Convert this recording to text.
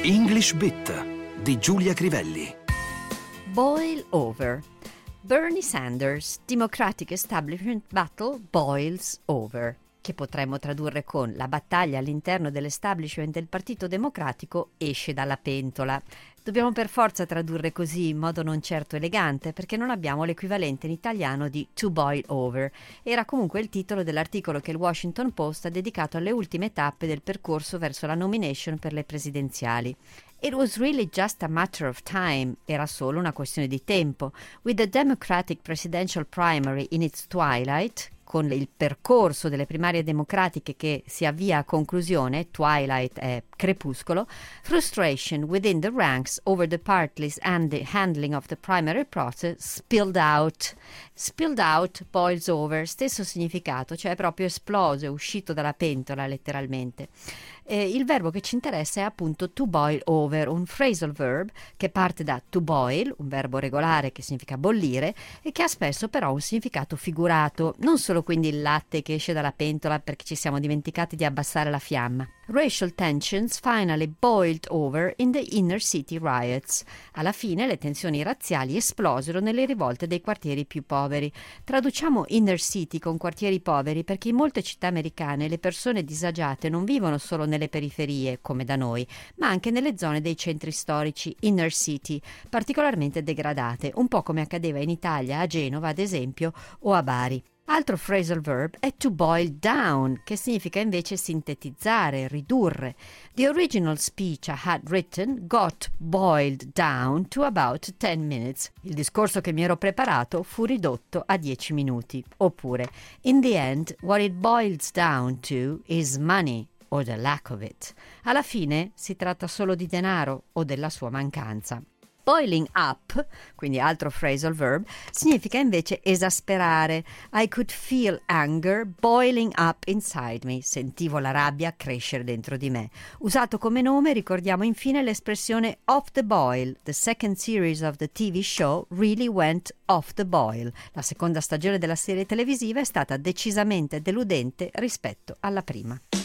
English Bit di Giulia Crivelli. Boil over. Bernie Sanders, Democratic Establishment Battle boils over, che potremmo tradurre con la battaglia all'interno dell'establishment del Partito Democratico esce dalla pentola. Dobbiamo per forza tradurre così in modo non certo elegante perché non abbiamo l'equivalente in italiano di to boil over. Era comunque il titolo dell'articolo che il Washington Post ha dedicato alle ultime tappe del percorso verso la nomination per le presidenziali. It was really just a matter of time, era solo una questione di tempo. With the Democratic presidential primary in its twilight, con il percorso delle primarie democratiche che si avvia a conclusione, twilight è crepuscolo, frustration within the ranks over the party's and the handling of the primary process spilled out. Spilled out, boils over, stesso significato, cioè proprio esploso, è uscito dalla pentola letteralmente. Il verbo che ci interessa è appunto to boil over, un phrasal verb che parte da to boil, un verbo regolare che significa bollire e che ha spesso però un significato figurato, non solo quindi il latte che esce dalla pentola perché ci siamo dimenticati di abbassare la fiamma. Racial tensions finally boiled over in the inner city riots. Alla fine le tensioni razziali esplosero nelle rivolte dei quartieri più poveri. Traduciamo inner city con quartieri poveri perché in molte città americane le persone disagiate non vivono solo nelle periferie, come da noi, ma anche nelle zone dei centri storici, inner city, particolarmente degradate, un po' come accadeva in Italia, a Genova ad esempio, o a Bari. Altro phrasal verb è to boil down, che significa invece sintetizzare, ridurre. The original speech I had written got boiled down to about 10 minutes. Il discorso che mi ero preparato fu ridotto a 10 minuti. Oppure, in the end, what it boils down to is money or the lack of it. Alla fine si tratta solo di denaro o della sua mancanza. Boiling up, quindi altro phrasal verb, significa invece esasperare. I could feel anger boiling up inside me. Sentivo la rabbia crescere dentro di me. Usato come nome ricordiamo infine l'espressione off the boil. The second series of the TV show really went off the boil. La seconda stagione della serie televisiva è stata decisamente deludente rispetto alla prima.